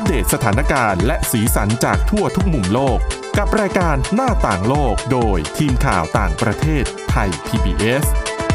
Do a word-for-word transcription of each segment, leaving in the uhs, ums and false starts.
เดตสถานการณ์และสีสันจากทั่วทุกมุมโลกกับรายการหน้าต่างโลกโดยทีมข่าวต่างประเทศไทย พี บี เอส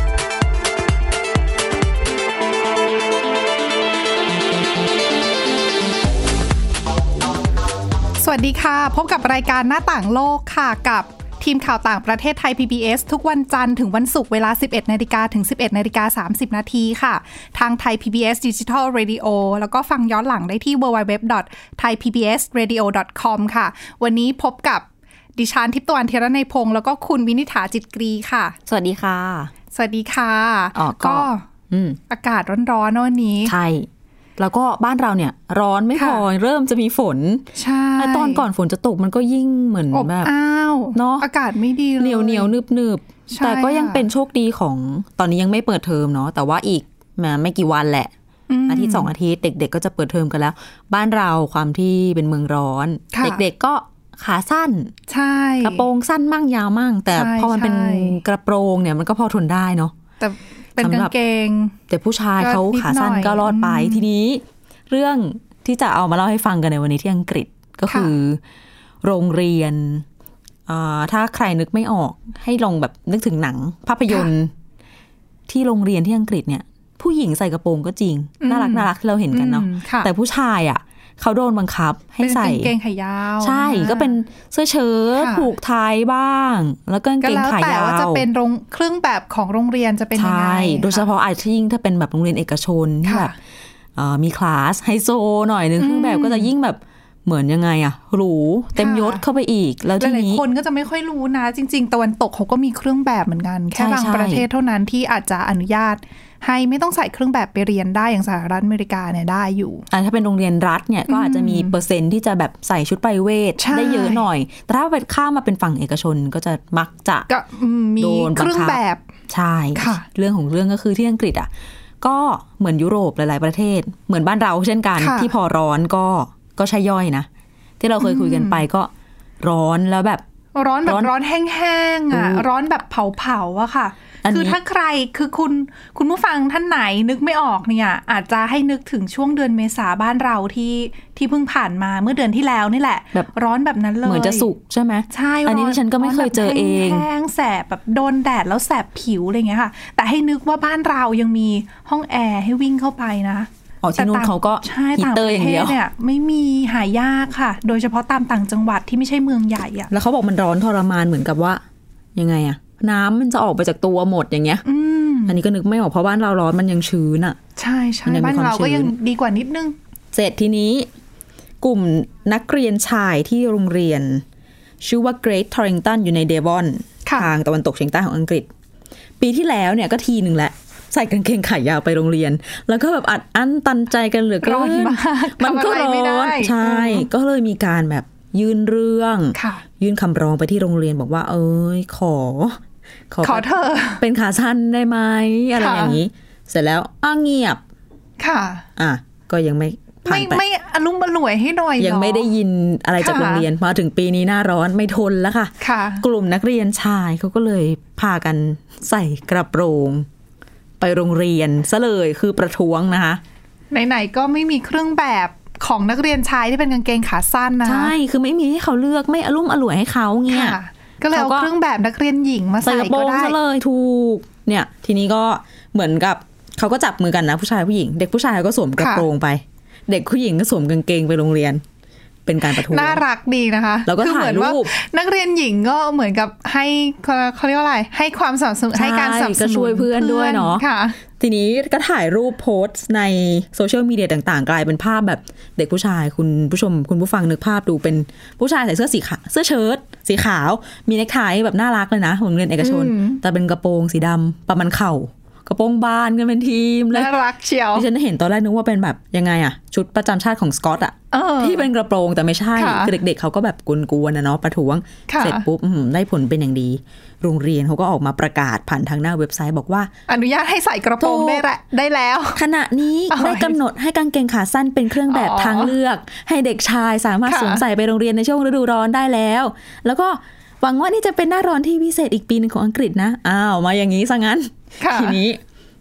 สวัสดีค่ะพบกับรายการหน้าต่างโลกค่ะกับทีมข่าวต่างประเทศไทย พี บี เอส ทุกวันจันทร์ถึงวันศุกร์เวลา สิบเอ็ดนาฬิกา ถึง สิบเอ็ดนาฬิกาสามสิบนาทีค่ะทางไทย พี บี เอส Digital Radio แล้วก็ฟังย้อนหลังได้ที่ ดับเบิลยู ดับเบิลยู ดับเบิลยู ดอท ไทยพีบีเอสเรดิโอ ดอท คอม ค่ะวันนี้พบกับดิฉันทิพย์ตะวันธีรนัยพงษ์แล้วก็คุณวินิษฐาจิตกรีค่ะสวัสดีค่ะสวัสดีค่ะอ๋อก็อากาศร้อนๆวันนี้ใช่แล้วก็บ้านเราเนี่ยร้อนไม่พอเริ่มจะมีฝนใช่ตอนก่อนฝนจะตกมันก็ยิ่งเหมือนแบบอ้าวเนาะอากาศไม่ดีเลยเหนียวเหนียวนึบนึบแต่ก็ยังเป็นโชคดีของตอนนี้ยังไม่เปิดเทอมเนาะแต่ว่าอีกมาไม่กี่วันแหละอาทิตย์สองอาทิตย์เด็กๆก็จะเปิดเทอมกันแล้วบ้านเราความที่เป็นเมืองร้อนเด็กๆก็ขาสั้นใช่กระโปรงสั้นมั่งยาวมั่งแต่พอมันเป็นกระโปรงเนี่ยมันก็พอทนได้เนาะแต่เป็นกางเกงแต่ผู้ชายเขาขาสั้นก็รอดไปทีนี้เรื่องที่จะเอามาเล่าให้ฟังกันในวันนี้ที่อังกฤษก็คือโรงเรียนถ้าใครนึกไม่ออกให้ลองแบบนึกถึงหนังภาพยนตร์ที่โรงเรียนที่อังกฤษเนี่ยผู้หญิงใส่กระโปรงก็จริงน่ารักน่ารักที่เราเห็นกันเนาะแต่ผู้ชายอ่ะเขาโดนบังคับให้ใส่กางเกงขายาวใช่ก็เป็นเสื้อเชิ้ตผูกไทยบ้างแล้วก็กางเกงขายาวแต่ว่าจะเป็นโรงเครื่องแบบของโรงเรียนจะเป็นยังไงใช่โดยเฉพาะอาจจะยิ่งถ้าเป็นแบบโรงเรียนเอกชนที่แบบมีคลาสไฮโซหน่อยนึงเครื่องแบบก็จะยิ่งแบบเหมือนยังไงอะหรูเต็มยศเข้าไปอีกแล้วทีนี้หลายคนก็จะไม่ค่อยรู้นะจริงๆตะวันตกเขาก็มีเครื่องแบบเหมือนกันแค่บางประเทศเท่านั้นที่อาจจะอนุญาตให้ไม่ต้องใส่เครื่องแบบไปเรียนได้อย่างสหรัฐอเมริกาเนี่ยได้อยู่อ่าถ้าเป็นโรงเรียนรัฐเนี่ยก็อาจจะมีเปอร์เซ็นต์ที่จะแบบใส่ชุดไปเวทได้เยอะหน่อยแต่ถ้าไปข้ามมาเป็นฝั่งเอกชนก็จะมักจะมีเครื่องแบบใช่เรื่องของเรื่องก็คือที่อังกฤษอ่ะก็เหมือนยุโรปหลายๆประเทศเหมือนบ้านเราเช่นกันที่พอร้อนก็ก็ใช่ย่อยนะที่เราเคยคุยกันไปก็ร้อนแล้วแบบร้อนแบบร้อนแห้งๆอ่ะร้อนแบบเผาๆอะค่ะคือถ้าใครคือคุณคุณผู้ฟังท่านไหนนึกไม่ออกเนี่ยอาจจะให้นึกถึงช่วงเดือนเมษาบ้านเราที่ที่เพิ่งผ่านมาเมื่อเดือนที่แล้วนี่แหละแบบร้อนแบบนั้นเลยเหมือนจะสุกใช่ไหมใช่อันนี้ฉันก็ไม่เคยเจอเองแห้งแสบแบบโดนแดดแล้วแสบผิวอะไรเงี้ยค่ะแต่ให้นึกว่าบ้านเรายังมีห้องแอร์ให้วิ่งเข้าไปนะอ๋อที่นู่นเขาก็ฮีเตอร์อย่างเดียวเนี่ยไม่มีหายากค่ะโดยเฉพาะตามต่างจังหวัดที่ไม่ใช่เมืองใหญ่อะแล้วเขาบอกมันร้อนทรมานเหมือนกับว่ายังไงอะน้ำมันจะออกไปจากตัวหมดอย่างเงี้ยอืมอันนี้ก็นึกไม่ออกเพราะบ้านเราร้อนมันยังชื้นอ่ะใช่ใช่บ้านเราก็ยังดีกว่านิดนึงเสร็จทีนี้กลุ่มนักเรียนชายที่โรงเรียนชื่อว่า Great Torrington อยู่ในเดวอนทางตะวันตกเฉียงใต้ของอังกฤษปีที่แล้วเนี่ยก็ทีหนึ่งแหละใส่กางเกงขายาวไปโรงเรียนแล้วก็แบบอัดอั้นตันใจกันเหลือเกินมันก็ร้อนใช่ก็เลยมีการแบบยื่นเรื่องยื่นคำร้องไปที่โรงเรียนบอกว่าเอ้ยขอขอเธอเป็นขาสั้นได้ไหมอะไรอย่างนี้เสร็จแล้วอ้าเงียบค่ะอ่ะก็ยังไม่ผ่านไปไม่อลุ่มอล่วยให้หน่อยยังไม่ได้ยินอะไรจากโรงเรียนมาถึงปีนี้หน้าร้อนไม่ทนแล้วค่ะกลุ่มนักเรียนชายเขาก็เลยพากันใส่กระโปรงไปโรงเรียนซะเลยคือประท้วงนะคะไหนๆก็ไม่มีเครื่องแบบของนักเรียนชายที่เป็นกางเกงขาสั้นนะใช่คือไม่มีให้เขาเลือกไม่อลุ่มอล่วยให้เขาเงี้ยก็เลยเอาเครื่องแบบนักเรียนหญิงมาใส่ก็ได้เลยถูกเนี่ยทีนี้ก็เหมือนกับเขาก็จับมือกันนะผู้ชายผู้หญิงเด็กผู้ชายก็สวมกระโปรงไปเด็กผู้หญิงก็สวมกางเกงไปโรงเรียนเป็นการประท้วงน่ารักดีนะคะแล้วก็ถ่ายรูปนักเรียนหญิงก็เหมือนกับให้เขาเรียกว่าอะไรให้ความสนับสนุนให้การสนับสนุนช่วยเพื่อนด้วยเนาะทีนี้ก็ถ่ายรูปโพสต์ในโซเชียลมีเดียต่างๆกลายเป็นภาพแบบเด็กผู้ชายคุณผู้ชมคุณผู้ฟังนึกภาพดูเป็นผู้ชายใส่เสื้อสีขาวเสื้อเชิ้ตสีขาวมีเนคไทแบบน่ารักเลยนะโรงเรียนเอกชนแต่เป็นกระโปรงสีดำประมาณเข่ากระโปรงบานกันเป็นทีมเลยน่ารักเชียวที่ฉันเห็นตอนแรกนึกว่าเป็นแบบยังไงอะชุดประจำชาติของสกอตอะที่เป็นกระโปรงแต่ไม่ใช่คือเด็กๆเขาก็แบบกวนๆนะเนาะประท้วงเสร็จปุ๊บได้ผลเป็นอย่างดีโรงเรียนเขาก็ออกมาประกาศผ่านทางหน้าเว็บไซต์บอกว่าอนุญาตให้ใส่กระโปรงได้ได้แล้วขณะนี้ได้กำหนดให้กางเกงขาสั้นเป็นเครื่องแบบทางเลือกให้เด็กชายสามารถสวมใส่ไปโรงเรียนในช่วงฤดูร้อนได้แล้วแล้วก็หวังว่านี่จะเป็นหน้าร้อนที่พิเศษอีกปีนึงของอังกฤษนะอ้าวมาอย่างนี้ซะงั้นทีนี้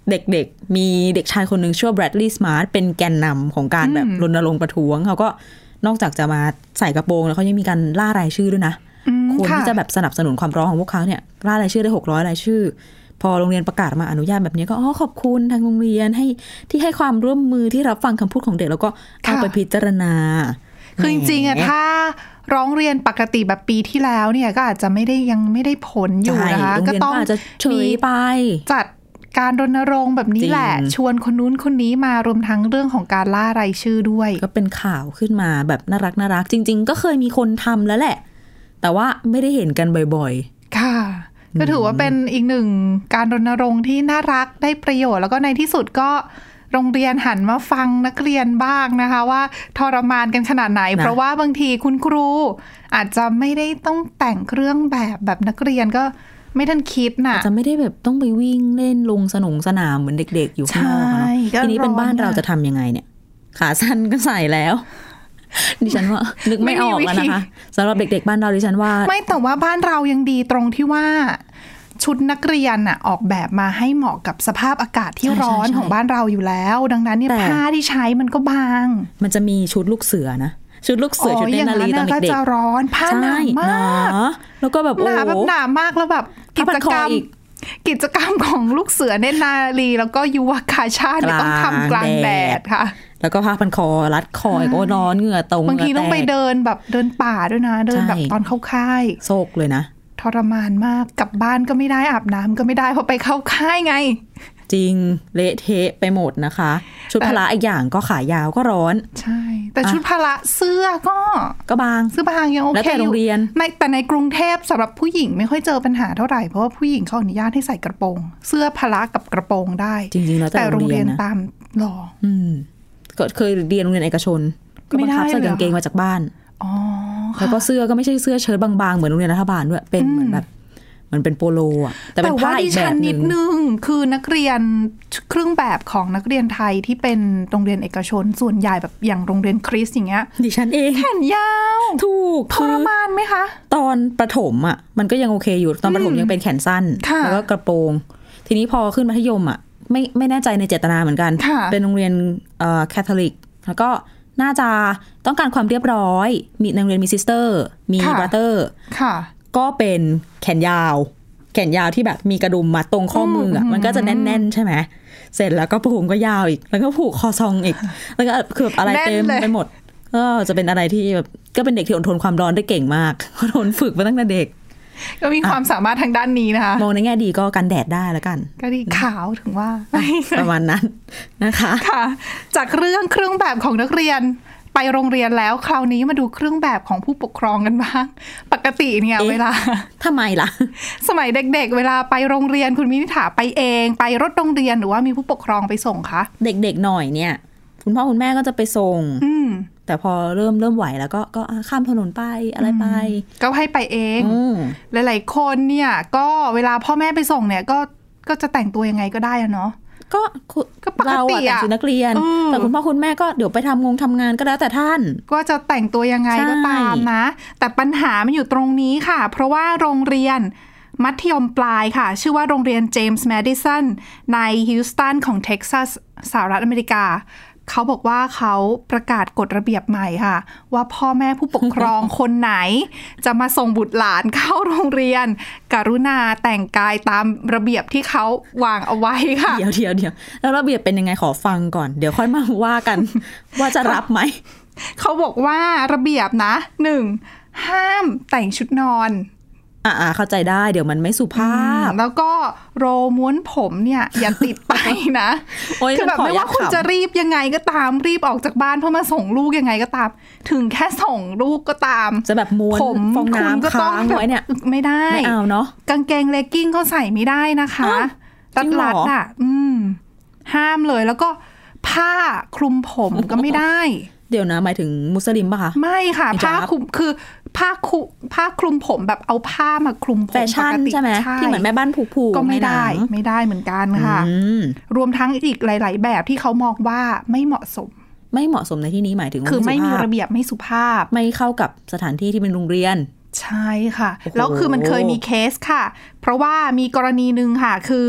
เด็กๆมีเด็กชายคนหนึ่งชื่อ Bradley Smart เป็นแกนนำของการแบบรณรงค์ประท้วงเขาก็นอกจากจะมาใส่กระโปรงแล้วเขายังมีการล่ารายชื่อด้วยนะคนที่จะแบบสนับสนุนความร้องของพวกเขาเนี่ยล่ารายชื่อได้หกร้อยรายชื่อพอโรงเรียนประกาศมาอนุญาตแบบนี้ก็อ๋อขอบคุณทางโรงเรียนให้ที่ให้ความร่วมมือที่รับฟังคำพูดของเด็กแล้วก็เอาไปพิจารณาคือจริงๆอะถ้าร้องเรียนปกติแบบปีที่แล้วเนี่ยก็อาจจะไม่ได้ยังไม่ได้ผลอยู่นะคะก็ต้องอาจจะเฉยไปจัดการรณรงค์แบบนี้แหละชวนคนนู้นคนนี้มารวมทั้งเรื่องของการล่ารายชื่อด้วยก็เป็นข่าวขึ้นมาแบบน่ารักน่ารักจริงๆก็เคยมีคนทำแล้วแหละแต่ว่าไม่ได้เห็นกันบ่อยๆค่ะก็ถือว่าเป็นอีกหนึ่งการรณรงค์ที่น่ารักได้ประโยชน์แล้วก็ในที่สุดก็โรงเรียนหันมาฟังนักเรียนบ้างนะคะว่าทรมานกันขนาดไหนเพราะว่าบางทีคุณครูอาจจะไม่ได้ต้องแต่งเครื่องแบบแบบนักเรียนก็ไม่ทันคิดน่ะอาจจะไม่ได้แบบต้องไปวิ่งเล่นลงสนงสนามเหมือนเด็กๆอยู่ข้างนอกนะทีนี้เป็นบ้านเราจะทำยังไงเนี่ยขาสั้นก็ใส่แล้วดิฉันว่านึกไม่ออกแล้วนะคะสำหรับเด็กๆบ้านเราดิฉันว่าไม่แต่ว่าบ้านเรายังดีตรงที่ว่าชุดนักเรียนน่ะออกแบบมาให้เหมาะกับสภาพอากาศที่ร้อนของบ้านเราอยู่แล้วดังนั้นเนี่ยผ้าที่ใช้มันก็บางมันจะมีชุดลูกเสือนะชุดลูกเสือชุดเนตรนารีตอนเด็กๆก็จะร้อนผ้าหนามากแล้วก็แบบหนาแบบหนามากแล้วแบบกิจกรรมกิจกรรมของลูกเสือเนตรนารีแล้วก็ยุวกาชาติต้องทำกลางแดดค่ะแล้วก็ผ้าพันคอรัดคอก็นอนเหงื่อตรงบางทีต้องไปเดินแบบเดินป่าด้วยนะเดินแบบตอนเข้าค่ายโศกเลยนะทรมานมากกลับบ้านก็ไม่ได้อาบน้ำก็ไม่ได้เพราะไปเข้าค่ายไงจริงเละเทะไปหมดนะคะชุดพละอีกอย่างก็ขายาวก็ร้อนใช่แต่ชุดพละเสื้อก็ก็บางเสื้อบางยังโอเคแล้วแต่โรงเรียนในแต่ในกรุงเทพสำหรับผู้หญิงไม่ค่อยเจอปัญหาเท่าไหร่เพราะว่าผู้หญิงเขาอนุญาตให้ใส่กระโปรงเสื้อพละกับกระโปรงได้จริงๆแล้วแต่โรงเรียนตามหล่ออืมก็เคยเรียนโรงเรียนเอกชนก็บังคับใส่กางเกงมาจากบ้านอ๋อแล้วก็เสื้อก็ไม่ใช่เสื้อเชิ้ตบางๆเหมือนโรงเรียนรัฐบาลด้วยเป็นเหมือนแบบมันเป็นโปโลอ่ะแต่เป็นผ้าอีกแบบนิดนึงคือนักเรียนเครื่องแบบของนักเรียนไทยที่เป็นโรงเรียนเอกชนส่วนใหญ่แบบอย่างโรงเรียนคริสอย่างเงี้ยดิฉันเองแขนยาวถูกทรมานไหมคะตอนประถมอ่ะมันก็ยังโอเคอยู่ตอนประถมยังเป็นแขนสั้นแล้วก็กระโปรงทีนี้พอขึ้นมัธยมอ่ะไม่ไม่แน่ใจในเจตนาเหมือนกันเป็นโรงเรียนเอ่อแคทอลิกแล้วก็น่าจะต้องการความเรียบร้อยมีโรงเรียนมีซิสเตอร์มีบราเตอร์ก็เป็นแขนยาวแขนยาวที่แบบมีกระดุมมาตรงข้อมืออ่ะมันก็จะแน่นๆใช่ไหมเสร็จแล้วก็ผูกก็ยาวอีกแล้วก็ผูกคอซองอีกแล้วก็คือแบบอะไรเต็มไปหมดก็จะเป็นอะไรที่แบบก็เป็นเด็กที่อดทนความร้อนได้เก่งมากทนฝึกมาตั้งแต่เด็กก็มีความสามารถทางด้านนี้นะคะมองในแง่ดีก็กันแดดได้แล้วกันก็ดีขาวถึงว่าประมาณนั้นนะคะค่ะจากเรื่องเครื่องแบบของนักเรียนไปโรงเรียนแล้วคราวนี้มาดูเครื่องแบบของผู้ปกครองกันบ้างปกติเนี่ยเวลาทำไมล่ะสมัยเด็กๆเวลาไปโรงเรียนคุณมินิถาไปเองไปรถโรงเรียนหรือว่ามีผู้ปกครองไปส่งคะเด็กๆหน่อยเนี่ยคุณพ่อคุณแม่ก็จะไปส่งแต่พอเริ่มเริ่มไหวแล้วก็ก็ข้ามถนนไปอะไรไปก็ให้ไปเองหลายๆคนเนี่ยก็เวลาพ่อแม่ไปส่งเนี่ยก็ก็จะแต่งตัวยังไงก็ได้อะเนาะก็เราอะแต่งชุดนักเรียนแต่คุณพ่อคุณแม่ก็เดี๋ยวไปทำงงทำงานก็แล้วแต่ท่านก็จะแต่งตัวยังไงก็ตามนะแต่ปัญหามันอยู่ตรงนี้ค่ะเพราะว่าโรงเรียนมัธยมปลายค่ะชื่อว่าโรงเรียนเจมส์แมดิสันในฮิวสตันของเท็กซัสสหรัฐอเมริกาเขาบอกว่าเขาประกาศกฎระเบียบใหม่ค่ะว่าพ่อแม่ผู้ปกครอง คนไหนจะมาส่งบุตรหลานเข้าโรงเรียนกรุณาแต่งกายตามระเบียบที่เขาวางเอาไว้ค่ะเดี๋ยวเดี๋ยวเดี๋ยวแล้วระเบียบเป็นยังไงขอฟังก่อนเดี๋ยวค่อยมาว่ากัน ว่าจะรับไหมเขาบอกว่าระเบียบนะหนึ่งห้ามแต่งชุดนอนอ่าเข้าใจได้เดี๋ยวมันไม่สุภาพแล้วก็โรม้วนผมเนี่ยอย่าติดไปนะคือแบบไม่ว่าคุณจะรีบยังไงก็ตามรีบออกจากบ้านเพื่อมาส่งลูกยังไงก็ตามถึงแค่ส่งลูกก็ตามจะแบบม้วนฟองน้ำค้างไว้เนี่ยไม่ได้ไม่เอาเนาะกางเกงเลกกิ้งก็ใส่ไม่ได้นะคะรัดรัดอ่ะอืมห้ามเลยแล้วก็ผ้าคลุมผมก็ไม่ได้เดี๋ยวนะหมายถึงมุสลิมป่ะคะไม่ค่ะผ้าคลุมคือผ้าคลุมผ้าคลุมผมแบบเอาผ้ามาคลุมผมแฟชั่นใช่ไหมที่เหมือนแม่บ้านผูกๆก็ไม่ได้ไม่ได้เหมือนกันค่ะรวมทั้งอีกหลายๆแบบที่เขามองว่าไม่เหมาะสมไม่เหมาะสมในที่นี้หมายถึงคือไม่มีระเบียบไม่สุภาพไม่เข้ากับสถานที่ที่เป็นโรงเรียนใช่ค่ะแล้วคือมันเคยมีเคสค่ะเพราะว่ามีกรณีนึงค่ะคือ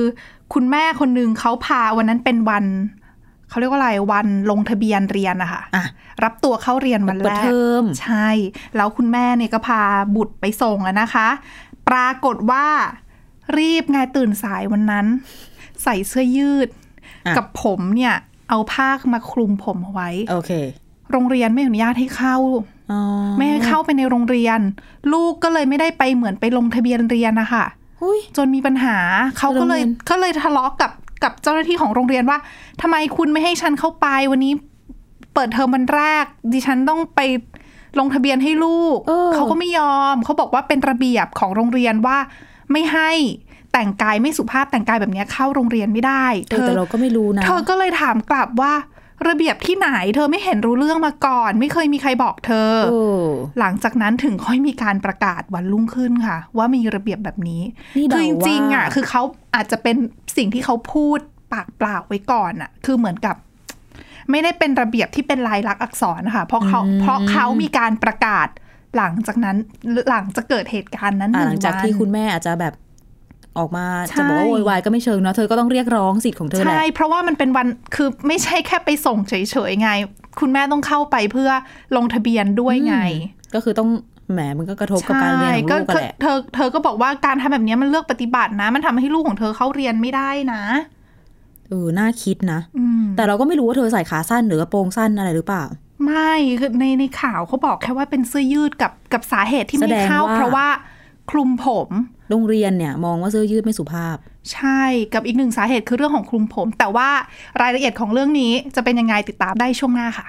คุณแม่คนนึงเขาพาวันนั้นเป็นวันเขาเรียกว่าอะไรวันลงทะเบียนเรียนนะคะะรับตัวเข้าเรียนวันแรกใช่แล้วคุณแม่เนี่ยก็พาบุตรไปส่งอะนะคะปรากฏว่ารีบไงตื่นสายวันนั้นใส่เสื้อยืดกับผมเนี่ยเอาผ้ามาคลุมผมเอาไว้โอเคโรงเรียนไม่อนุญาตให้เข้าไม่ให้เข้าไปในโรงเรียนลูกก็เลยไม่ได้ไปเหมือนไปลงทะเบียนเรียนนะคะจนมีปัญหาเขาก็เลยก็เลยทะเลาะกับกับเจ้าหน้าที่ของโรงเรียนว่าทำไมคุณไม่ให้ฉันเข้าไปวันนี้เปิดเทอมวันแรกดิฉันต้องไปลงทะเบียนให้ลูก เ, เขาก็ไม่ยอมเขาบอกว่าเป็นระเบียบของโรงเรียนว่าไม่ให้แต่งกายไม่สุภาพแต่งกายแบบนี้เข้าโรงเรียนไม่ได้เธอแต่เราก็ไม่รู้นะเธอก็เลยถามกลับว่าระเบียบที่ไหนเธอไม่เห็นรู้เรื่องมาก่อนไม่เคยมีใครบอกเธอหลังจากนั้นถึงค่อยมีการประกาศวันรุ่งขึ้นค่ะว่ามีระเบียบแบบนี้คือจริงๆอ่ะคือเขาอาจจะเป็นสิ่งที่เขาพูดปากเปล่าไว้ก่อนอ่ะคือเหมือนกับไม่ได้เป็นระเบียบที่เป็นลายลักษณ์อักษรค่ะเพราะเขาเพราะเขามีการประกาศหลังจากนั้นหลังจะเกิดเหตุการณ์นั้นหลังจากที่คุณแม่อาจจะแบบออกมาจะบอกว่าโวยวายก็ไม่เชิงเนาะเธอก็ต้องเรียกร้องสิทธิ์ของเธอแหละใช่เพราะว่ามันเป็นวันคือไม่ใช่แค่ไปส่งเฉยๆไงคุณแม่ต้องเข้าไปเพื่อลงทะเบียนด้วยไงก็คือต้องแหมมันก็กระทบกับการเรียนของลูกก็แหละเธอเธอก็บอกว่าการทำแบบนี้มันเลือกปฏิบัตินะมันทำให้ลูกของเธอเข้าเรียนไม่ได้นะเออน่าคิดนะแต่เราก็ไม่รู้ว่าเธอใส่ขาสั้นหรือกระโปรงสั้นอะไรหรือเปล่าไม่คือในในข่าวเขาบอกแค่ว่าเป็นเสื้อยืดกับกับสาเหตุที่ไม่เข้าเพราะว่าคลุมผมโรงเรียนเนี่ยมองว่าเสื้อยืดไม่สุภาพใช่กับอีกหนึ่งสาเหตุคือเรื่องของคลุมผมแต่ว่ารายละเอียดของเรื่องนี้จะเป็นยังไงติดตามได้ช่วงหน้าค่ะ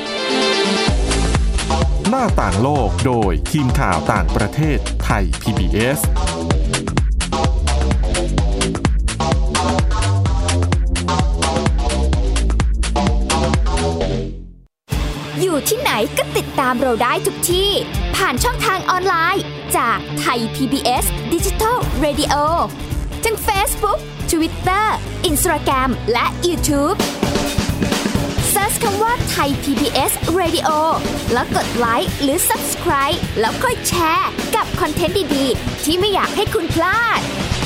หน้าต่างโลกโดยทีมข่าวต่างประเทศไทย พี บี เอสอยู่ที่ไหนก็ติดตามเราได้ทุกที่ผ่านช่องทางออนไลน์จากไทย พี บี เอส Digital Radio ทั้ง Facebook, Twitter, Instagram และ YouTube Search คำว่าไทย พี บี เอส Radio แล้วกดไลค์หรือ Subscribe แล้วค่อยแชร์กับคอนเทนต์ดีๆที่ไม่อยากให้คุณพลาด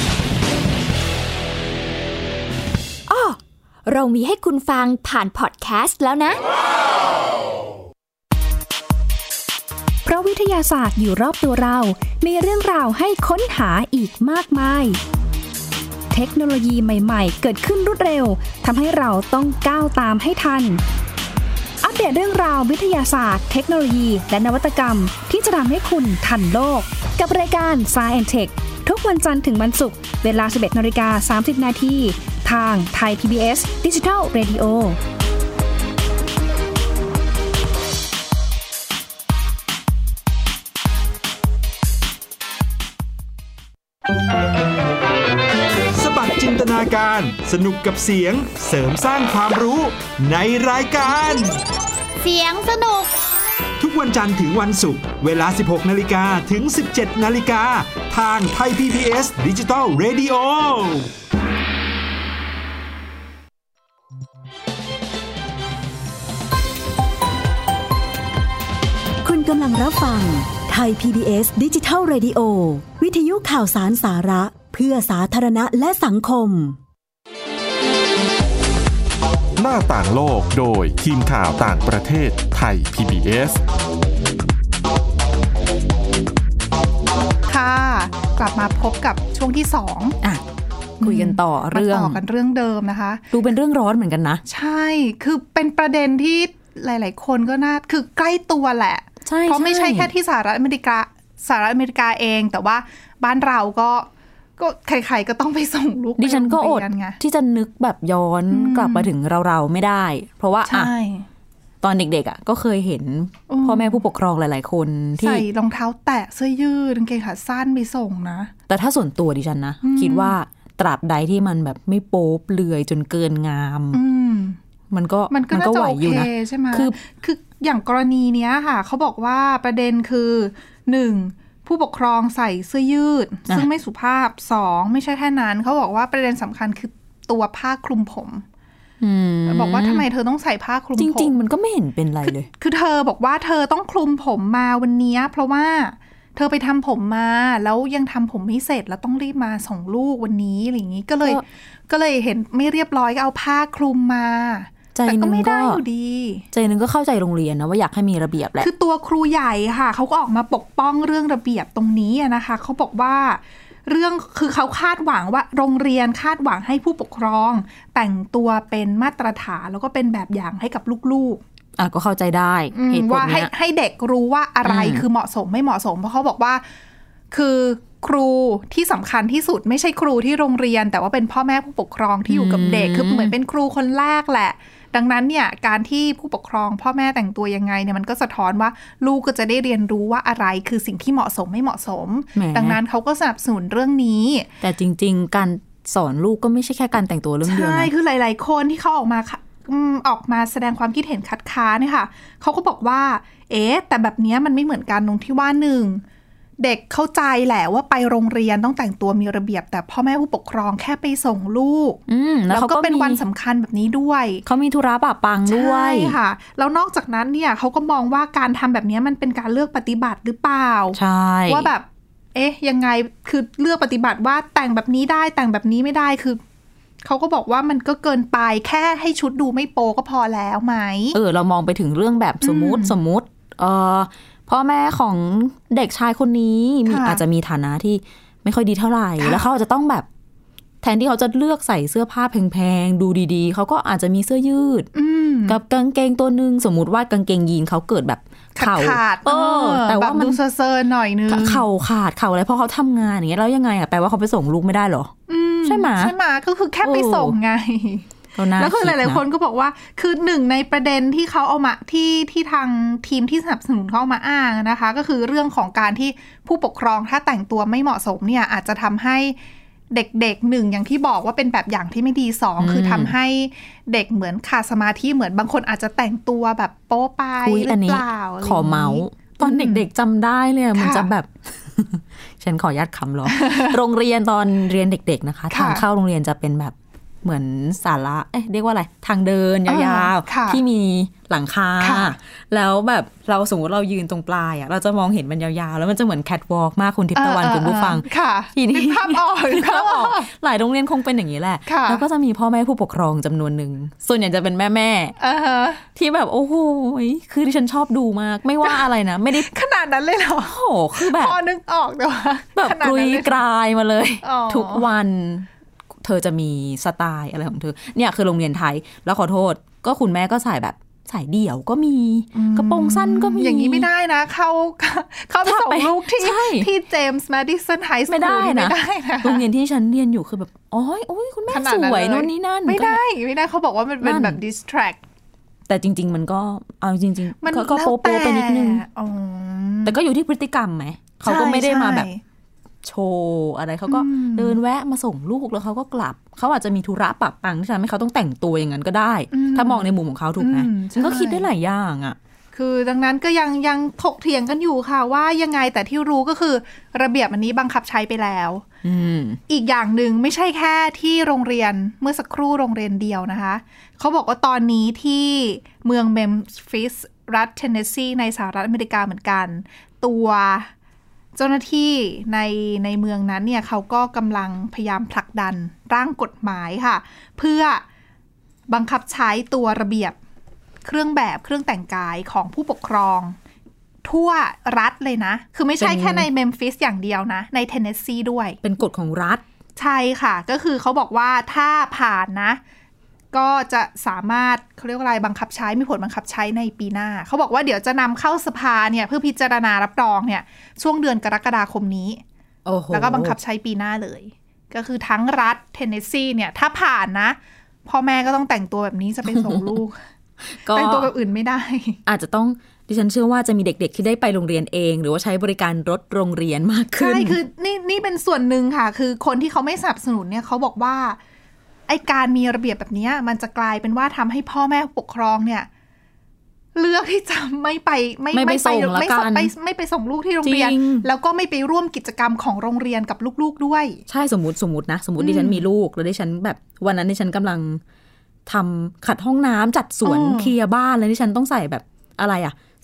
อ้อเรามีให้คุณฟังผ่านพอดแคสต์แล้วนะเพราะวิทยาศาสตร์อยู่รอบตัวเรามีเรื่องราวให้ค้นหาอีกมากมายเทคโนโลยีใหม่ๆเกิดขึ้นรวดเร็วทำให้เราต้องก้าวตามให้ทันอัปเดตเรื่องราววิทยาศาสตร์เทคโนโลยีและนวัตกรรมที่จะทำให้คุณทันโลกกับรายการ Science and Tech ทุกวันจันทร์ถึงวันศุกร์เวลา สิบเอ็ดนาฬิกาสามสิบนาทีทางไทย พี บี เอส Digital Radio สบัดจินตนาการสนุกกับเสียงเสริมสร้างความรู้ในรายการเสียงสนุกทุกวันจันทร์ถึงวันศุกร์เวลา สิบหกนาฬิกา ถึง สิบเจ็ดนาฬิกา ทางไทย พี บี เอส Digital Radio คุณกำลังรับฟังไทย พี บี เอส Digital Radio วิทยุข่าวสารสาระเพื่อสาธารณะและสังคมหน้าต่างโลกโดยทีมข่าวต่างประเทศไทย พี บี เอสค่ะกลับมาพบกับช่วงที่สองอ่ะคุยกันต่อเรื่องต่อกันเรื่องเดิมนะคะดูเป็นเรื่องร้อนเหมือนกันนะใช่คือเป็นประเด็นที่หลายๆคนก็น่าคือใกล้ตัวแหละเพราะไม่ใช่แค่ที่สหรัฐอเมริกาสหรัฐอเมริกาเองแต่ว่าบ้านเราก็ก็ใครๆก็ต้องไปส่งลูกดิฉันก็อดที่จะนึกแบบย้อนกลับมาถึงเราๆไม่ได้เพราะว่าอ่ะตอนเด็กๆอ่ะก็เคยเห็นพ่อแม่ผู้ปกครองหลายๆคนที่ใส่รองเท้าแตะเสื้อยืดกางเกงขาสั้นไปส่งนะแต่ถ้าส่วนตัวดิฉันนะคิดว่าตราบใดที่มันแบบไม่โป๊เปลือยจนเกินงามมันก็มันก็ไหวอยู่นะใช่ไหมคือคืออย่างกรณีเนี้ยค่ะเขาบอกว่าประเด็นคือหนึ่งผู้ปกครองใส่เสื้อยืดซึ่งไม่สุภาพสองไม่ใช่แค่นั้นเขาบอกว่าประเด็นสำคัญคือตัวผ้าคลุมผมบอกว่าทำไมเธอต้องใส่ผ้าคลุมผมจริงๆมันก็ไม่เห็นเป็นไรเลยคือเธอบอกว่าเธอต้องคลุมผมมาวันนี้เพราะว่าเธอไปทำผมมาแล้วยังทำผมไม่เสร็จแล้วต้องรีบมาส่งลูกวันนี้อะไรอย่างนี้ก็เลยก็เลยเห็นไม่เรียบร้อยก็เอาผ้าคลุมมาแต่ก็ไม่ได้อยู่ดีใจนึงก็เข้าใจโรงเรียนนะว่าอยากให้มีระเบียบแหละคือตัวครูใหญ่ค่ะเขาก็ออกมาปกป้องเรื่องระเบียบตรงนี้นะคะเขาบอกว่าเรื่องคือเขาคาดหวังว่าโรงเรียนคาดหวังให้ผู้ปกครองแต่งตัวเป็นมาตรฐานแล้วก็เป็นแบบอย่างให้กับลูกๆอ่ะก็เข้าใจได้เหตุผลว่าให้ให้เด็กรู้ว่าอะไรคือเหมาะสมไม่เหมาะสมเพราะเขาบอกว่าคือครูที่สำคัญที่สุดไม่ใช่ครูที่โรงเรียนแต่ว่าเป็นพ่อแม่ผู้ปกครองที่อยู่กับเด็กคือเหมือนเป็นครูคนแรกแหละดังนั้นเนี่ยการที่ผู้ปกครองพ่อแม่แต่งตัวยังไงเนี่ยมันก็สะท้อนว่าลูกก็จะได้เรียนรู้ว่าอะไรคือสิ่งที่เหมาะสมไม่เหมาะสมดังนั้นเขาก็สนับสนุนเรื่องนี้แต่จริงๆการสอนลูกก็ไม่ใช่แค่การแต่งตัวเรื่องเดียวนะใช่คือหลายๆคนที่เขาออกมาออกมาแสดงความคิดเห็นคัดค้านเนี่ยค่ะเขาก็บอกว่าเอ๊ะแต่แบบนี้มันไม่เหมือนกันตรงที่ว่าหนึ่งเด็กเข้าใจแหละว่าไปโรงเรียนต้องแต่งตัวมีระเบียบแต่พ่อแม่ผู้ปกครองแค่ไปส่งลูกแล้วก็เป็นวันสำคัญแบบนี้ด้วยเขามีธุระปะปังด้วยใช่ค่ะแล้วนอกจากนั้นเนี่ยเขาก็มองว่าการทำแบบนี้มันเป็นการเลือกปฏิบัติหรือเปล่าใช่ว่าแบบเอ๊ะยังไงคือเลือกปฏิบัติว่าแต่งแบบนี้ได้แต่งแบบนี้ไม่ได้คือเขาก็บอกว่ามันก็เกินไปแค่ให้ชุดดูไม่โป๊ก็พอแล้วไหมเออเรามองไปถึงเรื่องแบบสมมุติสมมุติเออพ่อแม่ของเด็กชายคนนี้มีอาจจะมีฐานะที่ไม่ค่อยดีเท่าไหร่แล้วเขาจะต้องแบบแทนที่เขาจะเลือกใส่เสื้อผ้าแพงๆดูดีๆเขาก็อาจจะมีเสื้อยืดกับกางเกงตัวนึงสมมุติว่ากางเกงยีนเขาเกิดแบบเข่าขาดเออแต่ว่ามันดูเซอร์ๆหน่อยนึงเข่าขาดเข่าอะไรเพราะเขาทำงานอย่างเงี้ยแล้วยังไงอ่ะแปลว่าเขาไปส่งลูกไม่ได้หรอใช่ไหมใช่ไหมก็คือแค่ไปส่งไงแล้วคือหลายๆคนก็บอกว่าคือหนึ่งในประเด็นที่เขาเอามาที่ที่ทางทีมที่สนับสนุนเขามาอ้างนะคะก็คือเรื่องของการที่ผู้ปกครองถ้าแต่งตัวไม่เหมาะสมเนี่ยอาจจะทำให้เด็กๆหนึ่งอย่างที่บอกว่าเป็นแบบอย่างที่ไม่ดีสองคือทำให้เด็กเหมือนขาดสมาธิเหมือนบางคนอาจจะแต่งตัวแบบโป๊ไปหรือเปล่าขอเมาส์ตอนเด็กๆจำได้เลยมันจะแบบฉันขอยัดคำหรอโรงเรียนตอนเรียนเด็กๆนะคะทางเข้าโรงเรียนจะเป็นแบบเหมือนศาลาเอ๊ะเรียกว่าอะไรทางเดินยาวๆที่มีหลังคาแล้วแบบเราสมมติเรายืนตรงปลายอ่ะเราจะมองเห็นมันยาวๆแล้วมันจะเหมือนแคทวอล์กมากคุณทิพย์ตะวันคุณผู้ฟังทีนี้ภาพออกภาพออกหลายโรงเรียนคงเป็นอย่างนี้แหละแล้วก็จะมีพ่อแม่ผู้ปกครองจำนวนหนึ่งส่วนใหญ่จะเป็นแม่แม่ที่แบบโอ้โหคือที่ฉันชอบดูมากไม่ว่าอะไรนะไม่ได้ขนาดนั้นเลยเหรอโอ้โหคือแบบพอนึกออกแต่ว่าแบบกรุยกรายมาเลยทุกวันเธอจะมีสไตล์อะไรของเธอเนี่ยคือโรงเรียนไทยแล้วขอโทษก็คุณแม่ก็ใส่แบบใส่เดี่ยวก็มีกระโปรงสั้นก็มีอย่างนี้ไม่ได้นะเข้าเข้าไปส่งลูกที่ที่เจมส์แมดิสันไฮสคูลไม่ได้นะโรงเรียนที่ฉันเรียนอยู่คือแบบอ๋อโอ้ยคุณแม่สวยโน่นนี่นั่นไม่ได้ไม่ได้เขาบอกว่ามันเป็นแบบ distract แต่จริงๆมันก็เอาจริงๆมันก็โป๊ะไปนิดนึงแต่ก็อยู่ที่พฤติกรรมไหมเขาก็ไม่ได้มาแบบโชว์อะไรเขาก็เดินแวะมาส่งลูกแล้วเขาก็กลับเขาอาจจะมีธุระปะปังที่ทำให้เขาต้องแต่งตัวอย่างนั้นก็ได้ถ้ามองในมุมของเขาถูกไหมฉันก็คิดได้หลายอย่างอ่ะคือดังนั้นก็ยังยังถกเถียงกันอยู่ค่ะว่ายังไงแต่ที่รู้ก็คือระเบียบอันนี้บังคับใช้ไปแล้วอีกอย่างหนึ่งไม่ใช่แค่ที่โรงเรียนเมื่อสักครู่โรงเรียนเดียวนะคะเขาบอกว่าตอนนี้ที่เมืองเมมฟิสรัฐเทนเนสซีในสหรัฐอเมริกาเหมือนกันตัวเจ้าหน้าที่ในในเมืองนั้นเนี่ยเขาก็กำลังพยายามผลักดันร่างกฎหมายค่ะเพื่อบังคับใช้ตัวระเบียบเครื่องแบบเครื่องแต่งกายของผู้ปกครองทั่วรัฐเลยนะคือไม่ใช่แค่ในเมมฟิสอย่างเดียวนะในเทนเนสซีด้วยเป็นกฎของรัฐใช่ค่ะก็คือเขาบอกว่าถ้าผ่านนะก็จะสามารถเขาเรียกว่าอะไรบังคับใช้มีผลบังคับใช้ในปีหน้าเขาบอกว่าเดี๋ยวจะนำเข้าสภาเนี่ยเพื่อพิจารณารับรองเนี่ยช่วงเดือนกรกฎาคมนี้แล้วก็บังคับใช้ปีหน้าเลยก็คือทั้งรัฐเทนเนสซีเนี่ยถ้าผ่านนะพ่อแม่ก็ต้องแต่งตัวแบบนี้จะไปส่งลูก แต่งตัวแบบอื่นไม่ได้อาจจะต้องดิฉันเชื่อว่าจะมีเด็กๆที่ได้ไปโรงเรียนเองหรือว่าใช้บริการรถโรงเรียนมากขึ้นใช่คือนี่นี่เป็นส่วนหนึ่งค่ะคือคนที่เขาไม่สนับสนุนเนี่ยเขาบอกว่าไอ้การมีระเบียบแบบนี้มันจะกลายเป็นว่าทำให้พ่อแม่ปกครองเนี่ยเลือกที่จะไม่ไปไม่ไม่ไปไม่ไปไม่ไปส่งลูกที่โรงเรียนแล้วก็ไม่ไปร่วมกิจกรรมของโรงเรียนกับลูกๆด้วยใช่สมมติสมมตินะสมมติดิฉันมีลูกแล้วดิฉันแบบวันนั้นดิฉันกำลังทำขัดห้องน้ำจัดสวนเคลียร์บ้านแล้วดิฉันต้องใส่แบบอะไรอะ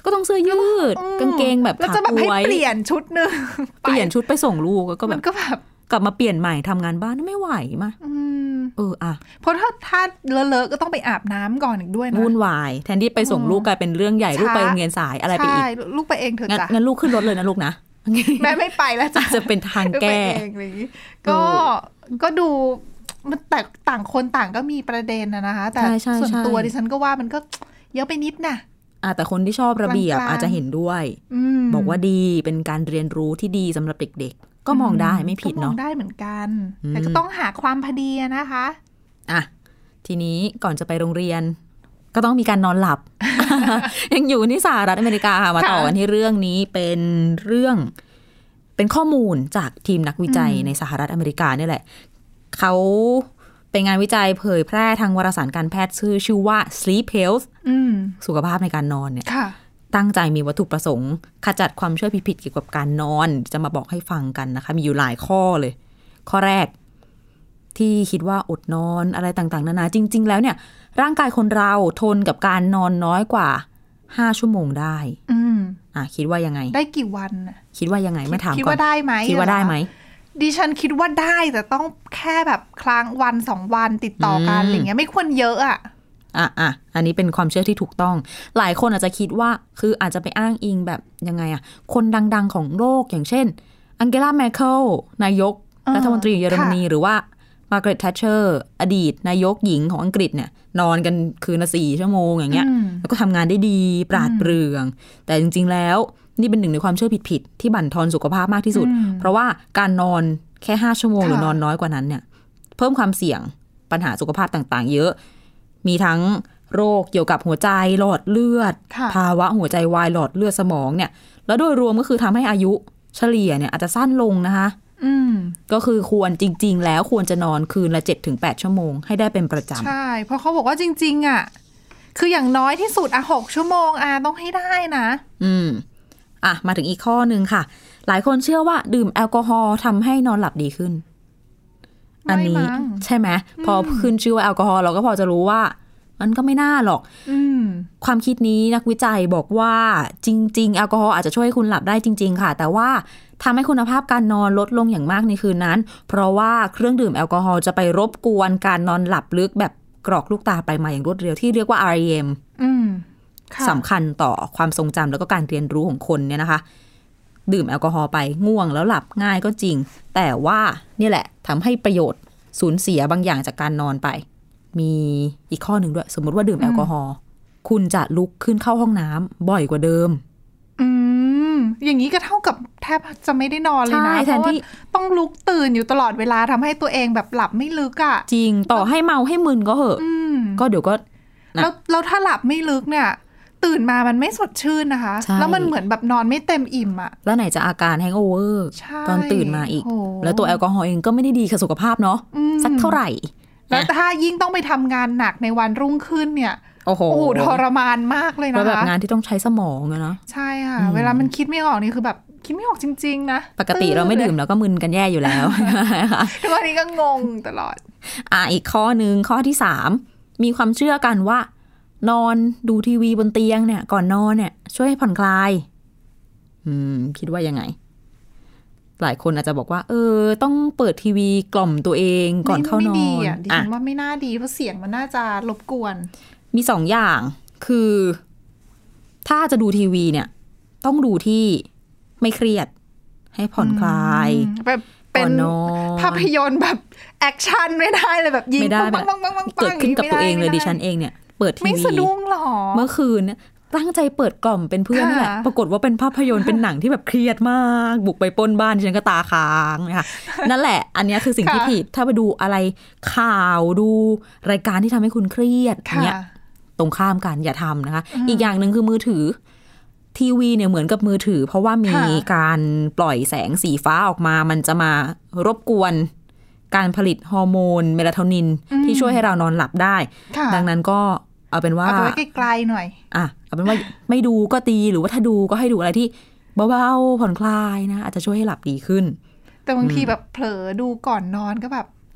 ก็ต้องเสื้อยืดกางเกงแบบขาอวยเปลี่ยนชุดนึงเปลี่ยนชุดไปส่งลูกก็แบบก็แบบกลับมาเปลี่ยนใหม่ทำงานบ้านไม่ไหวมาเอออ่ะเพราะถ้าถ้าเลอะๆก็ต้องไปอาบน้ำก่อนอีกด้วยนะวุ่นวายแทนที่ไปส่งลูกกลายเป็นเรื่องใหญ่ลูกไปโรงเรียนสายอะไรไปอีกลูกไปเองเถอะจ้ะงั้นลูกขึ้นรถเลยนะลูกนะแม่ไม่ไปแล้วจ้ะจะเป็นทางแก้ก็ก็ดูมันแต่ต่างคนต่างก็มีประเด็นนะนะคะแต่ส่วนตัวดิฉันก็ว่ามันก็เยอะไปนิดนะอ่ะแต่คนที่ชอบระเบียบอาจจะเห็นด้วยบอกว่าดีเป็นการเรียนรู้ที่ดีสำหรับเด็กๆก็มองได้ไม่ผิดเนาะมองได้เหมือนกันแต่ก็ต้องหาความพอดีนะคะอ่ะทีนี้ก่อนจะไปโรงเรียนก็ต้องมีการนอนหลับ ยังอยู่ที่สหรัฐอเมริกาค่ะมาต่อกันที่เรื่องนี้เป็นเรื่องเป็นข้อมูลจากทีมนักวิจัยในสหรัฐอเมริกานี่แหละเขาเป็นงานวิจัยเผยแพร่ทางวารสารการแพทย์ชื่อชื่อว่า Sleep Health สุขภาพในการนอนเนี่ยตั้งใจมีวัตถุประสงค์ขจัดความเชื่อผิดๆเกี่ยวกับการนอนจะมาบอกให้ฟังกันนะคะมีอยู่หลายข้อเลยข้อแรกที่คิดว่าอดนอนอะไรต่างๆนานาจริงๆแล้วเนี่ยร่างกายคนเราทนกับการนอนน้อยกว่าห้าชั่วโมงได้อืมอ่ะคิดว่ายังไงได้กี่วันคิดว่ายังไงไม่ถามก่อนคิดว่าได้ไหมคิดว่าได้ไหมดิฉันคิดว่าได้แต่ต้องแค่แบบครั้งวันสองวันติดต่อกันอะไรเงี้ยไม่ควรเยอะอ่ะอ่ะอ่ะอันนี้เป็นความเชื่อที่ถูกต้องหลายคนอาจจะคิดว่าคืออาจจะไปอ้างอิงแบบยังไงอ่ะคนดังๆของโลกอย่างเช่นอังเกลาแมร์เคิลนายกรัฐมนตรีเยอรมนีหรือว่ามาร์กาเร็ต แทชเชอร์อดีตนายกหญิงของอังกฤษเนี่ยนอนกันคืนละสี่ชั่วโมงอย่างเงี้ยแล้วก็ทำงานได้ดีปราดเปรื่องแต่จริงๆแล้วนี่เป็นหนึ่งในความเชื่อผิดๆที่บั่นทอนสุขภาพมากที่สุดเพราะว่าการนอนแค่ห้าชั่วโมงหรือนอนน้อยกว่านั้นเนี่ยเพิ่มความเสี่ยงปัญหาสุขภาพต่างๆเยอะมีทั้งโรคเกี่ยวกับหัวใจหลอดเลือดภาวะหัวใจวายหลอดเลือดสมองเนี่ยแล้วโดยรวมก็คือทำให้อายุเฉลี่ยเนี่ยอาจจะสั้นลงนะคะก็คือควรจริงๆแล้วควรจะนอนคืนละ เจ็ดถึงแปด ชั่วโมงให้ได้เป็นประจำใช่เพราะเขาบอกว่าจริงๆอ่ะคืออย่างน้อยที่สุดอ่ะหกชั่วโมงอ่ะต้องให้ได้นะอืมอ่ะมาถึงอีกข้อนึงค่ะหลายคนเชื่อว่าดื่มแอลกอฮอล์ทำให้นอนหลับดีขึ้นอันนี้ใช่ไหมพอขึ้นชื่อว่าแอลกอฮอล์เราก็พอจะรู้ว่ามันก็ไม่น่าหรอกความคิดนี้นักวิจัยบอกว่าจริงๆแอลกอฮอล์อาจจะช่วยให้คุณหลับได้จริงๆค่ะแต่ว่าทำให้คุณภาพการนอนลดลงอย่างมากในคืนนั้นเพราะว่าเครื่องดื่มแอลกอฮอล์จะไปรบกวนการนอนหลับลึกแบบกรอกลูกตาไปมาอย่างรวดเร็วที่เรียกว่า อาร์ อี เอ็ม สำคัญต่อความทรงจำแล้วก็การเรียนรู้ของคนเนี่ยนะคะดื่มแอลกอฮอล์ไปง่วงแล้วหลับง่ายก็จริงแต่ว่านี่แหละทำให้ประโยชน์สูญเสียบางอย่างจากการนอนไปมีอีกข้อหนึ่งด้วยสมมติว่าดื่มแอลกอฮอล์คุณจะลุกขึ้นเข้าห้องน้ำบ่อยกว่าเดิมอืมอย่างนี้ก็เท่ากับแทบจะไม่ได้นอนเลยนะเพราะว่าต้องลุกตื่นอยู่ตลอดเวลาทำให้ตัวเองแบบหลับไม่ลึกอ่ะจริงต่อให้เมาให้มึนก็เหอะก็เดี๋ยวก็แล้วแล้วถ้าหลับไม่ลึกเนี่ยตื่นมามันไม่สดชื่นนะคะแล้วมันเหมือนแบบนอนไม่เต็มอิ่มอ่ะแล้วไหนจะอาการแฮงโอเวอร์ตอนตื่นมาอีกแล้วตัวแอลกอฮอล์เองก็ไม่ได้ดีกับสุขภาพเนาะสักเท่าไหร่แล้วถ้ายิ่งต้องไปทำงานหนักในวันรุ่งขึ้นเนี่ยโอ้โหทรมานมากเลยนะคะแบบงานที่ต้องใช้สมองอะเนาะใช่ค่ะเวลามันคิดไม่ออกนี่คือแบบคิดไม่ออกจริงๆนะปกติเราไม่ดื่มแล้วก็มึนกันแย่อยู่แล้วทุกวันนี้ก็งงตลอดอ่ะอีกข้อนึงข้อที่สามมีความเชื่อกันว่านอนดูทีวีบนเตียงเนี่ยก่อนนอนเนี่ยช่วยให้ผ่อนคลายอืมคิดว่ายังไงหลายคนอาจจะบอกว่าเออต้องเปิดทีวีกล่อมตัวเองก่อนเข้านอนไม่ดีอ่ะดิฉันว่าไม่น่าดีเพราะเสียงมันน่าจะรบกวนมีสองอย่างคือถ้าจะดูทีวีเนี่ยต้องดูที่ไม่เครียดให้ผ่อนคลายแบบเป็นภาพยนตร์แบบแอคชั่นไม่ได้เลยแบบยิงปังปังปังปังเกิดขึ้นกับตัวเองเลยดิฉันเองเนี่ยเปิดทีวีไม่สะดุ้งหรอเมื่อคืนตั้งใจเปิดกล่อมเป็นเพื่อนนี่แหละปรากฏว่าเป็นภาพยนตร์เป็นหนังที่แบบเครียดมากบุกไปปล้นบ้านฉันก็ตาค้างนะคะนั่นแหละอันนี้คือสิ่งที่ผิดถ้าไปดูอะไรข่าวดูรายการที่ทำให้คุณเครียดเนี้ยตรงข้ามกันอย่าทำนะคะอีกอย่างหนึ่งคือมือถือทีวีเนี่ยเหมือนกับมือถือเพราะว่ามีการปล่อยแสงสีฟ้าออกมามันจะมารบกวนการผลิตฮอร์โมนเมลาโทนินที่ช่วยให้เรานอนหลับได้ดังนั้นก็เอาเป็นว่าเอาไว้ไกลๆหน่อยอ่ะเอาเป็นว่าไม่ดูก็ดีหรือว่าถ้าดูก็ให้ดูอะไรที่เบาๆผ่อนคลายนะอาจจะช่วยให้หลับดีขึ้นแต่บางทีแบบเผลอดูก่อนนอนก็แบบ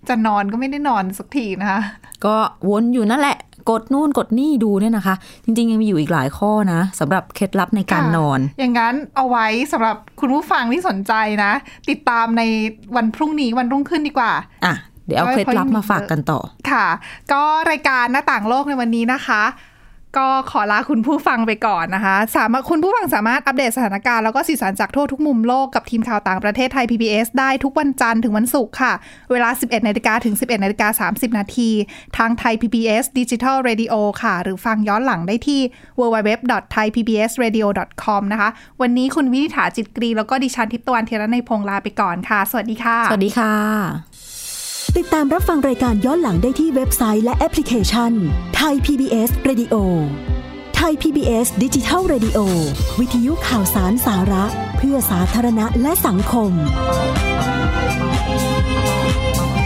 จะนอนก็ไม่ได้นอนสักทีนะคะก็วนอยู่นั่นแหละกดนู่นกดนี่ดูเนี่ยนะคะจริงๆยังมีอยู่อีกหลายข้อนะสำหรับเคล็ดลับในการนอนอย่างนั้นเอาไว้สำหรับคุณผู้ฟังที่สนใจนะติดตามในวันพรุ่งนี้วันรุ่งขึ้นดีกว่าอ่ะเดี๋ยวเอาเคล็ดลับมาฝากกันต่อค่ะก็รายการหน้าต่างโลกในวันนี้นะคะก็ขอลาคุณผู้ฟังไปก่อนนะคะสามารถคุณผู้ฟังสามารถอัปเดตสถานการณ์แล้วก็สีสันจากทั่วทุกมุมโลกกับทีมข่าวต่างประเทศไทย พี บี เอส ได้ทุกวันจันทร์ถึงวันศุกร์ค่ะเวลา สิบเอ็ดนาฬิกา ถึง สิบเอ็ดนาฬิกาสามสิบนาทีทางไทย พี บี เอส Digital Radio ค่ะหรือฟังย้อนหลังได้ที่ ดับเบิลยู ดับเบิลยู ดับเบิลยู ดอท ไทยพีบีเอสเรดิโอ ดอท คอม นะคะวันนี้คุณวินิษฐาจิตกรีแล้วก็ดิฉันทิพย์ตะวันเทียรนัยพงษ์ลาไปก่อนค่ะสวัสดีค่ะสวัสดีค่ะติดตามรับฟังรายการย้อนหลังได้ที่เว็บไซต์และแอปพลิเคชัน Thai พี บี เอส Radioไทย พี บี เอส Digital Radio วิทยุข่าวสารสาระเพื่อสาธารณะและสังคม